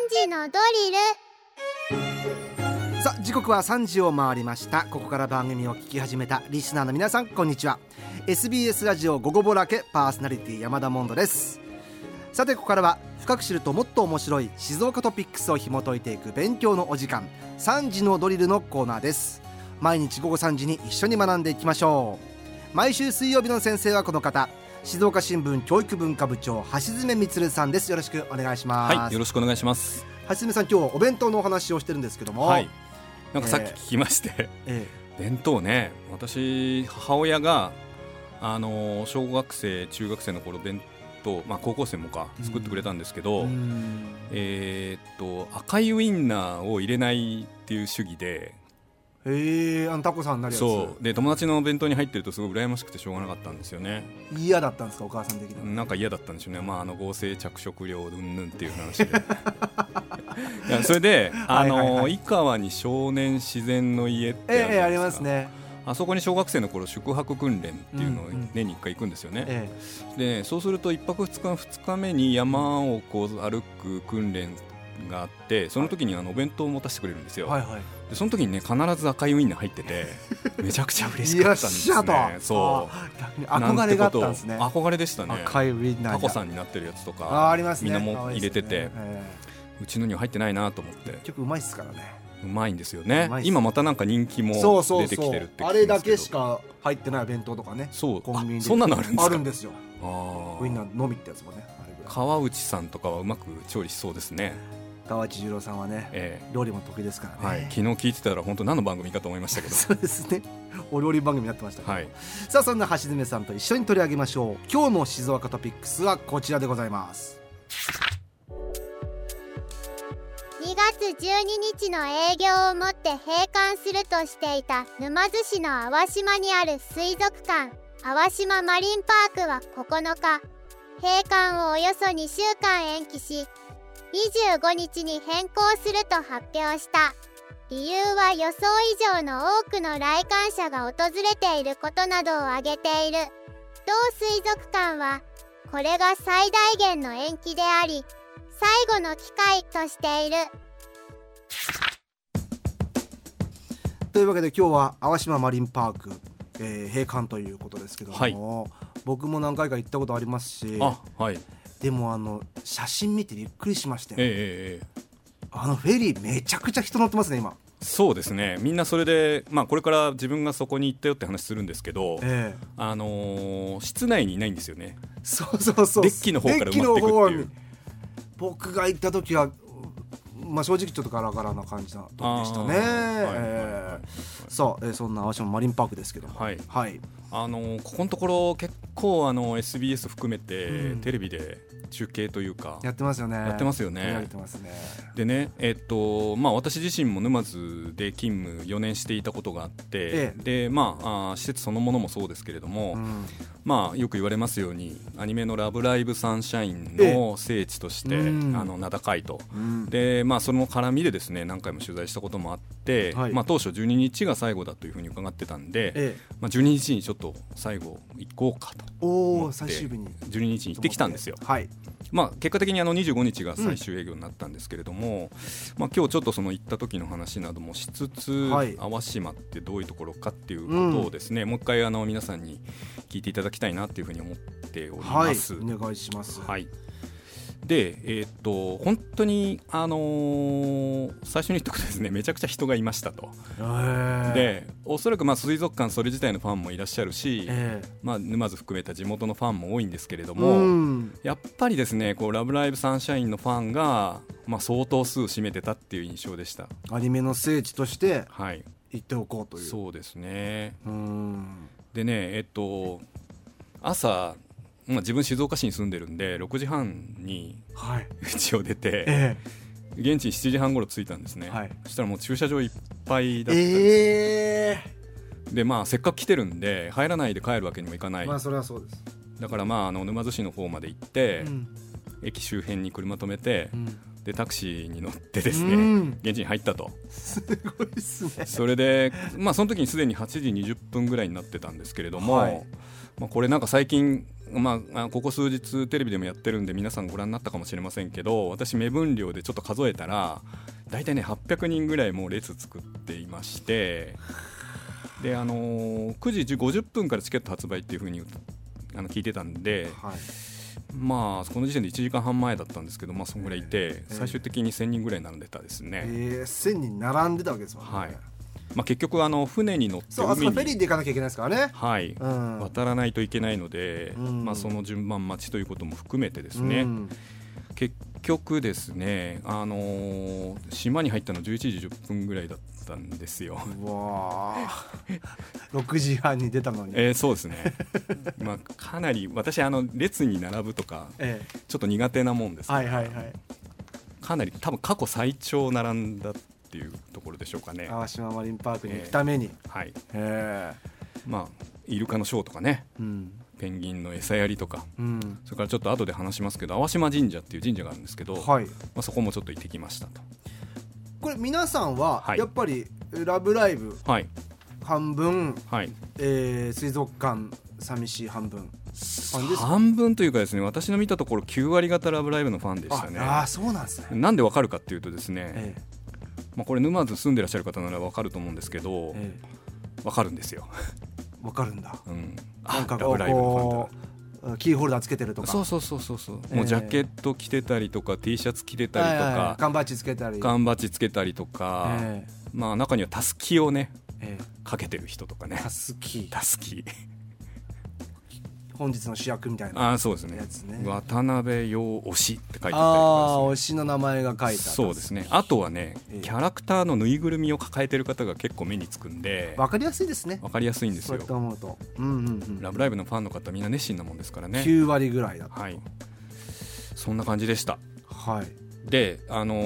時のドリル。 さあ時刻は3時を回りました。ここから番組を聞き始めたリスナーの皆さん、こんにちは。 SBS ラジオ午後ぼらけパーソナリティ山田モンドです。さてここからは深く知るともっと面白い静岡トピックスを紐解いていく勉強のお時間、3時のドリルのコーナーです。毎日午後3時に一緒に学んでいきましょう。毎週水曜日の先生はこの方、静岡新聞教育文化部長橋爪充さんです。よろしくお願いします。 はい、よろしくお願いします。 橋爪さん、今日はお弁当のお話をしてるんですけども、 はい、なんかさっき聞きまして、弁当ね、私母親が小学生中学生の頃弁当、高校生もか作ってくれたんですけど、赤いウインナーを入れないっていう主義で、 タコさんになるやつ。 そうで、友達の弁当に入ってるとすごい羨ましくてしょうがなかったんですよね。 嫌だったんですか、お母さん的には。 なんか嫌だったんでしょうね。合成着色料うんぬんっていう話でいやそれで井川に少年自然の家ってあるじゃないですか。 ありますね。 あそこに小学生の頃宿泊訓練っていうのを年に1回行くんですよね。でそうすると1泊2日目に山をこう歩く訓練があって、その時にお弁当を持たせてくれるんですよ。でその時にね、必ず赤いウインナー入っててめちゃくちゃ嬉しかったんですね。そう逆に憧れがあったんですね。 憧れでしたね。 赤いウインナータコさんになってるやつとかありますね。 みんなも入れてて、うちのには入ってないなと思って。 結局うまいですからね。 うまいんですよね。今またなんか人気も出てきてるって聞きますけど、 あれだけしか入ってない弁当とかね。 そう、 コンビニでそんなのあるんですか。 あるんですよ。ウインナーのみってやつもね。 川内さんとかはうまく調理しそうですね。 川内二郎さんはね、料理も得意ですからね。 昨日聞いてたら本当何の番組かと思いましたけどそうですね、お料理番組になってましたけど、さあそんな橋爪さんと一緒に取り上げましょう。今日の静岡トピックスはこちらでございます。 2月12日の営業をもって閉館するとしていた沼津市の淡島にある水族館淡島マリンパークは9日、閉館をおよそ2週間延期し、25日に変更すると発表した。理由は予想以上の多くの来館者が訪れていることなどを挙げている。同水族館はこれが最大限の延期であり、最後の機会としている。 というわけで今日は淡島マリンパーク、閉館ということですけども、僕も何回か行ったことありますし、でも写真見てびっくりしましたよ。フェリーめちゃくちゃ人乗ってますね今。 そうですね、みんなそれで、これから自分がそこに行ったよって話するんですけど、室内にいないんですよね。 そうそうそう、 デッキの方から埋まっていくっていう。 僕が行った時は正直ちょっとガラガラな感じでしたね。さあ、そんな淡島マリンパークですけども、ここのところ結構SBS 含めてテレビで中継というかやってますよね。 でね、私自身も沼津で勤務4年していたことがあって、で施設そのものもそうですけれども、よく言われますようにアニメのラブライブサンシャインの聖地として名高いと。でその絡みでですね、何回も取材したこともあって、当初12日が最後だというふうに伺ってたんで、12日にちょっと最後行こうかと思って12日に行ってきたんですよ。結果的に25日が最終営業になったんですけれども、今日ちょっとその行った時の話などもしつつ、淡島ってどういうところかっていうことをですね、もう一回皆さんに聞いていただきたいなっていうふうに思っております。 お願いします。 で、本当に、最初に言っておくとですね、めちゃくちゃ人がいましたと。でおそらく水族館それ自体のファンもいらっしゃるし、沼津含めた地元のファンも多いんですけれども、やっぱりですね、ラブライブサンシャインのファンが、相当数占めてたっていう印象でした。 アニメの聖地として行っておこうという、 そうですね。でね、朝自分静岡市に住んでるんで6時半に家を出て、現地に7時半頃着いたんですね。そしたらもう駐車場いっぱいだったんです。でせっかく来てるんで入らないで帰るわけにもいかない。 それはそうです。だから沼津市の方まで行って、駅周辺に車止めて、でタクシーに乗ってですね、現地に入ったと。 すごいですね。 それでその時にすでに8時20分ぐらいになってたんですけれども、これなんか最近ここ数日テレビでもやってるんで皆さんご覧になったかもしれませんけど、私目分量でちょっと数えたらだいたいね800人ぐらいもう列作っていまして、で9時50分からチケット発売っていう風に聞いてたんで、はい、この時点で1時間半前だったんですけど、そのぐらいいて、最終的に1000人ぐらい並んでたですね。 1000人並んでたわけですもんね。 はい、結局船に乗って海に、そう、フェリーで行かなきゃいけないですからね。 はい、渡らないといけないので、その順番待ちということも含めてですね、結局ですね、島に入ったの11時10分ぐらいだったんですよ。 うわ6時半に出たのに、 そうですねかなり私列に並ぶとか、ちょっと苦手なもんですから、かなり多分過去最長並んだっていうところでしょうかね。 淡島マリンパークに行くために、 はい、イルカのショーとかね、ペンギンの餌やりとか、それからちょっと後で話しますけど淡島神社っていう神社があるんですけど、そこもちょっと行ってきましたと。 これ皆さんはやっぱりラブライブ半分、水族館寂しい半分半分というかですね、私の見たところ9割方ラブライブのファンでしたね。 そうなんですね。 なんでわかるかっていうとですね、これ沼津住んでらっしゃる方ならわかると思うんですけど、わかるんですよ。 わかるんだ。 なんかラブライブのファンだ。キーホルダーつけてるとか、 そう、もうジャケット着てたりとか T シャツ着てたりとか、 缶バッジつけたりとか、中にはタスキをね、かけてる人とかね。タスキ本日の主役みたいな。 そうですね。渡辺陽推しって書いてあったりとか、 推しの名前が書いてある。 そうですね。あとはね、キャラクターのぬいぐるみを抱えてる方が結構目につくんで、 分かりやすいですね。 分かりやすいんですよ。 そう思うと、 ラブライブのファンの方みんな熱心なもんですからね。 9割ぐらいだった。 そんな感じでした。で、この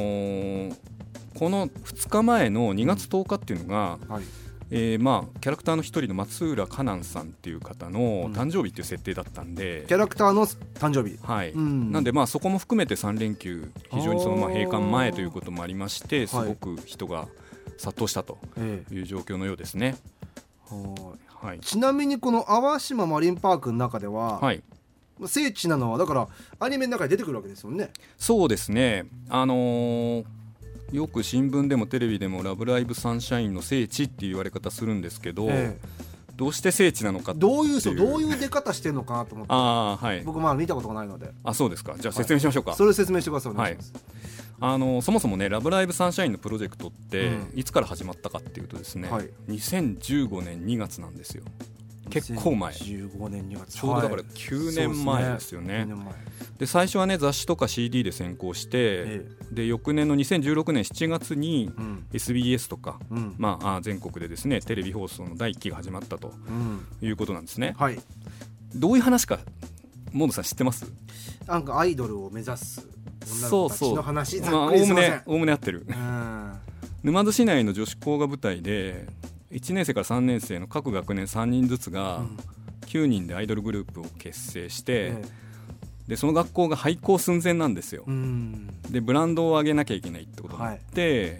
2日前の2月10日っていうのが、キャラクターの一人の松浦香南さんっていう方の誕生日っていう設定だったんで、 キャラクターの誕生日、 なんでそこも含めて3連休非常にその閉館前ということもありまして、すごく人が殺到したという状況のようですね。 ちなみにこの淡島マリンパークの中では、聖地なのはだからアニメの中に出てくるわけですよね。 そうですね。よく新聞でもテレビでもラブライブサンシャインの聖地っていう言われ方するんですけど、どうして聖地なのかっていう、 どういう出方してるのかなと思って、僕見たことがないので。 そうですか。じゃあ説明しましょうか。 それ説明してください。お願いします。 そもそもねラブライブサンシャインのプロジェクトっていつから始まったかっていうとですね、2015年2月なんですよ。結構前。 2015年2月、 ちょうどだから9年前ですよね。で最初はね雑誌とか CD で先行して、で翌年の2016年7月に SBS とか、全国でですねテレビ放送の第1期が始まったということなんですね。どういう話かモンドさん知ってます？ なんかアイドルを目指す女の子たちの話、おおむね合ってる。沼津市内の女子校が舞台で1年生から3年生の各学年3人ずつが9人でアイドルグループを結成して、でその学校が廃校寸前なんですよ。でブランドを上げなきゃいけないってことになって、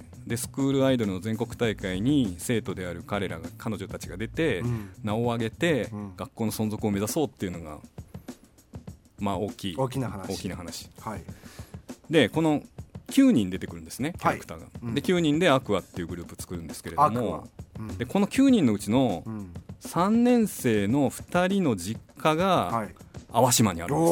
でスクールアイドルの全国大会に生徒である彼女たちが出て、名を上げて、学校の存続を目指そうっていうのが大きな話、でこの9人出てくるんですね、キャラクターが。で9人でアクアっていうグループ作るんですけれども、でこの9人のうちの3年生の2人の実家が淡島にあるんです。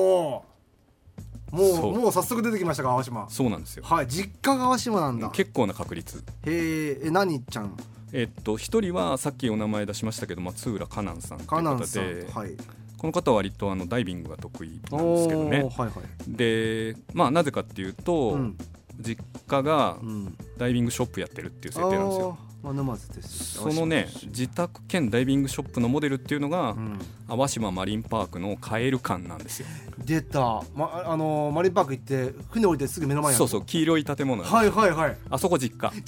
もう早速出てきましたか、淡島。 そうなんですよ。 実家が淡島なんだ。 結構な確率。 何ちゃん？ 1人はさっきお名前出しましたけど松浦香南さんという方で、この方は割とダイビングが得意なんですけどね。でなぜかっていうと、実家がダイビングショップやってるっていう設定なんですよ。そのね自宅兼ダイビングショップのモデルっていうのが、淡島マリンパークのカエル館なんですよ。 出た、マリンパーク行って船降りてすぐ目の前にある。 そう黄色い建物。あそこ実家。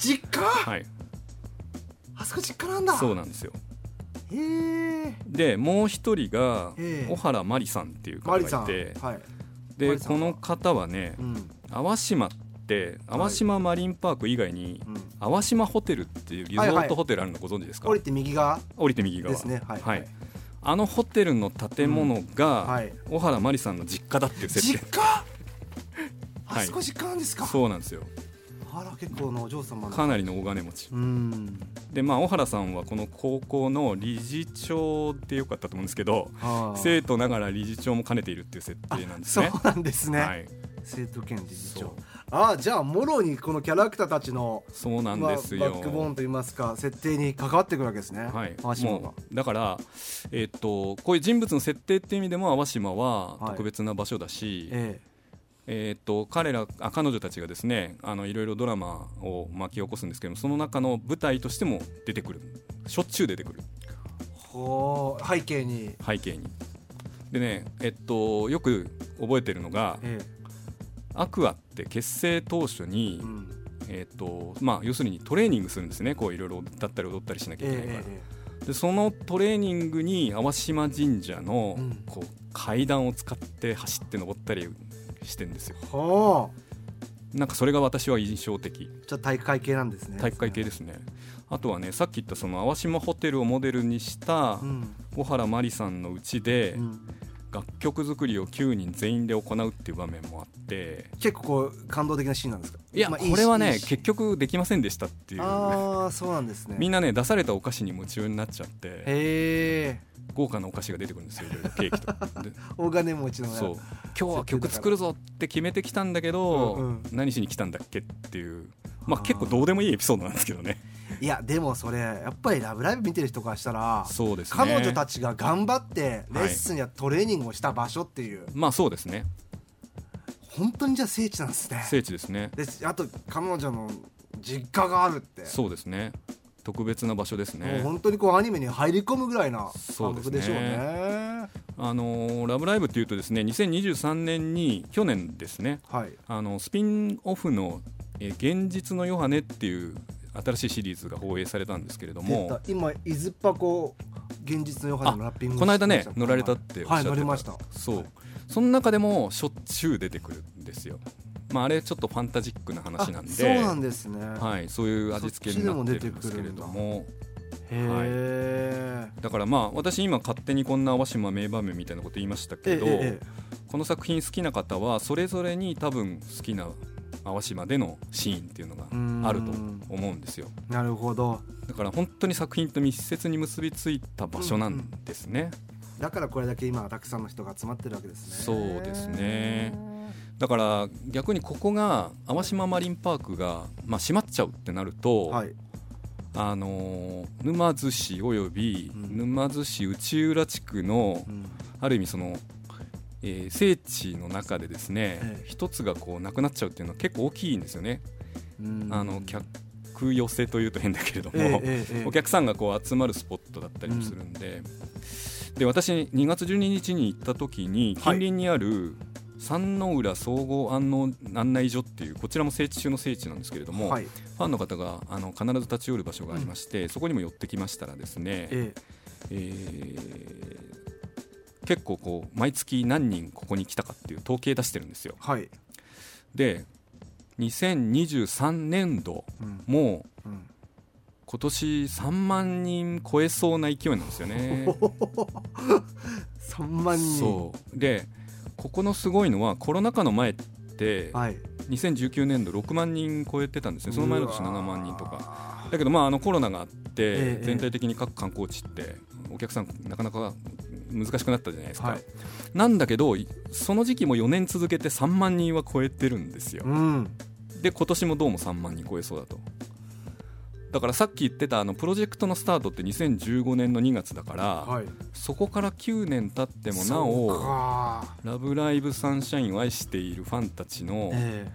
あそこ実家なんだ。 そうなんですよ。でもう一人が小原真理さんっていう方がいて、でこの方はね、淡島って淡島マリンパーク以外に、淡島ホテルっていうリゾートホテルあるのご存知ですか？ 降りて右側ですね。 あのホテルの建物が小原麻里さんの実家だっていう設定。 実家あそこ実家なんですか。 そうなんですよ。 あら結構のお嬢様かなりの大金持ちで、小原さんはこの高校の理事長でよかったと思うんですけど、生徒ながら理事長も兼ねているっていう設定なんですね。 そうなんですね、はい、生徒兼理事長。じゃあもろにこのキャラクターたちのそうなんですよ、 バックボーンといいますか設定に関わってくるわけですね。 はい、もうだから、こういう人物の設定っていう意味でも淡島は特別な場所だし、彼女たちがですねいろいろドラマを巻き起こすんですけども、その中の舞台としても出てくる、しょっちゅう出てくる。 背景にでね、よく覚えてるのが、アクアって結成当初に、要するにトレーニングするんですね。こういろいろ歌ったり踊ったりしなきゃいけないから、でそのトレーニングに淡島神社の、こう階段を使って走って登ったりしてるんですよ。なんかそれが私は印象的。 ちょっと体育会系なんですね。 体育会系ですね。あとはね、さっき言ったその淡島ホテルをモデルにした小原麻里さんの家で、楽曲作りを9人全員で行うっていう場面もあって、 結構こう感動的なシーンなんですか。 いや、これはね結局できませんでしたっていう。 そうなんですね。 みんなね出されたお菓子に夢中になっちゃって、豪華なお菓子が出てくるんですよ。いろいろケーキとか大金持ちの。 そう、今日は曲作るぞって決めてきたんだけど、何しに来たんだっけっていう、結構どうでもいいエピソードなんですけどね。 いやでもそれやっぱりラブライブ見てる人からしたら、 そうですね、 彼女たちが頑張ってレッスンやトレーニングをした場所っていう、 そうですね。 本当にじゃあ聖地なんですね。 聖地ですね。 であと彼女の実家があるって、 そうですね、特別な場所ですね。 もう本当にこうアニメに入り込むぐらいな感覚でしょうね。 ラブライブっていうとですね、2023年に去年ですね、スピンオフの現実のヨハネっていう新しいシリーズが放映されたんですけれども、 今伊豆っぱこ現実のヨハネのラッピングこの間ね乗られたっておっしゃってた。 乗りました。 そう、その中でもしょっちゅう出てくるんですよ。あれちょっとファンタジックな話なんで、 そうなんですね。 そういう味付けになってるんですけれども、だから私今勝手にこんな淡島名場面みたいなこと言いましたけど、この作品好きな方はそれぞれに多分好きな淡島でのシーンっていうのがあると思うんですよ。 なるほど。 だから本当に作品と密接に結びついた場所なんですね。 だからこれだけ今たくさんの人が集まってるわけですね。 そうですね。だから逆にここが淡島マリンパークが、閉まっちゃうってなると、沼津市および沼津市内浦地区の、ある意味その聖地の中でですね、一つがこうなくなっちゃうっていうのは結構大きいんですよね。客寄せというと変だけれども、お客さんがこう集まるスポットだったりもするんで、で私2月12日に行った時に近隣にある山の浦総合案内所っていう、こちらも聖地中の聖地なんですけれども、ファンの方が必ず立ち寄る場所がありまして、そこにも寄ってきましたらですね、結構こう毎月何人ここに来たかっていう統計出してるんですよ。で2023年度も今年3万人超えそうな勢いなんですよね。 3万人。 そうで、ここのすごいのはコロナ禍の前って2019年度6万人超えてたんですね。その前の年7万人とかだけど、コロナがあって全体的に各観光地ってお客さんなかなか難しくなったじゃないですか。なんだけどその時期も4年続けて3万人は超えてるんですよ。で今年もどうも3万人超えそうだと。だからさっき言ってたプロジェクトのスタートって2015年の2月だから、そこから9年経ってもなおラブライブサンシャインを愛しているファンたちの、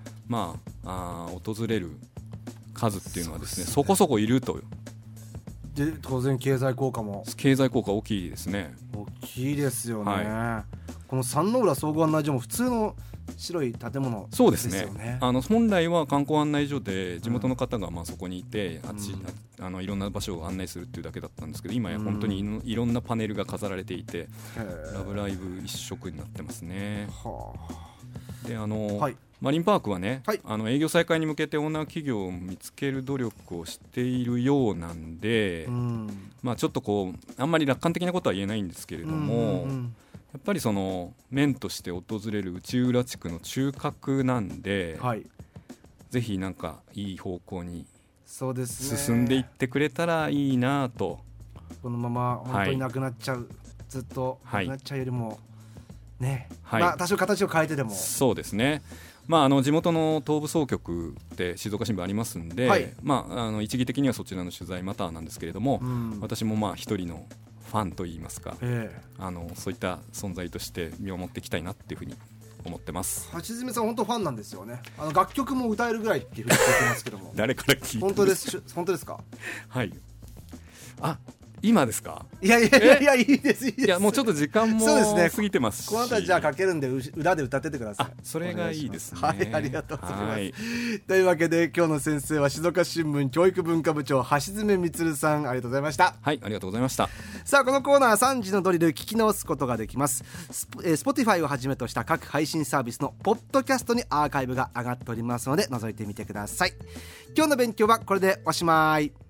訪れる数っていうのはですね、そこそこいると。 で当然経済効果大きいですね。 大きいですよね。この山の浦総合案内所も普通の白い建物ですよね。 そうですね。本来は観光案内所で地元の方がそこにいて、いろんな場所を案内するっていうだけだったんですけど、今や本当にいろんなパネルが飾られていて、ラブライブ一色になってますね。でマリンパークはね、 はい、 営業再開に向けてオーナー企業を見つける努力をしているようなんで、まあ、ちょっとこうあんまり楽観的なことは言えないんですけれども、やっぱりその面として訪れる内浦地区の中核なんで、はい、ぜひなんかいい方向に進んでいってくれたらいいなと。 このまま本当になくなっちゃう、ずっとなくなっちゃうよりも、ね、まあ、多少形を変えてでも。 そうですね、まあ、地元の東部総局って静岡新聞ありますんで、はい、まあ、一義的にはそちらの取材またなんですけれども、私もまあ一人のファンといいますか、そういった存在として見守っていきたいなっていうふうに思ってます。 橋爪さん本当ファンなんですよね。楽曲も歌えるぐらいっていうふうに言ってますけども誰から聞いて本当ですか？ はい、あ、今ですか？ いやいいです。 いやもうちょっと時間も過ぎてますし、 この後はじゃあかけるんで裏で歌っててください。 それがいいですね。 はい、ありがとうございます。というわけで今日の先生は静岡新聞教育文化部長橋爪充さん、ありがとうございました。 はい、ありがとうございました。 さあこのコーナー3時のドリル聞き直すことができます。Spotify をはじめとした各配信サービスのポッドキャストにアーカイブが上がっておりますので覗いてみてください。今日の勉強はこれでおしまい。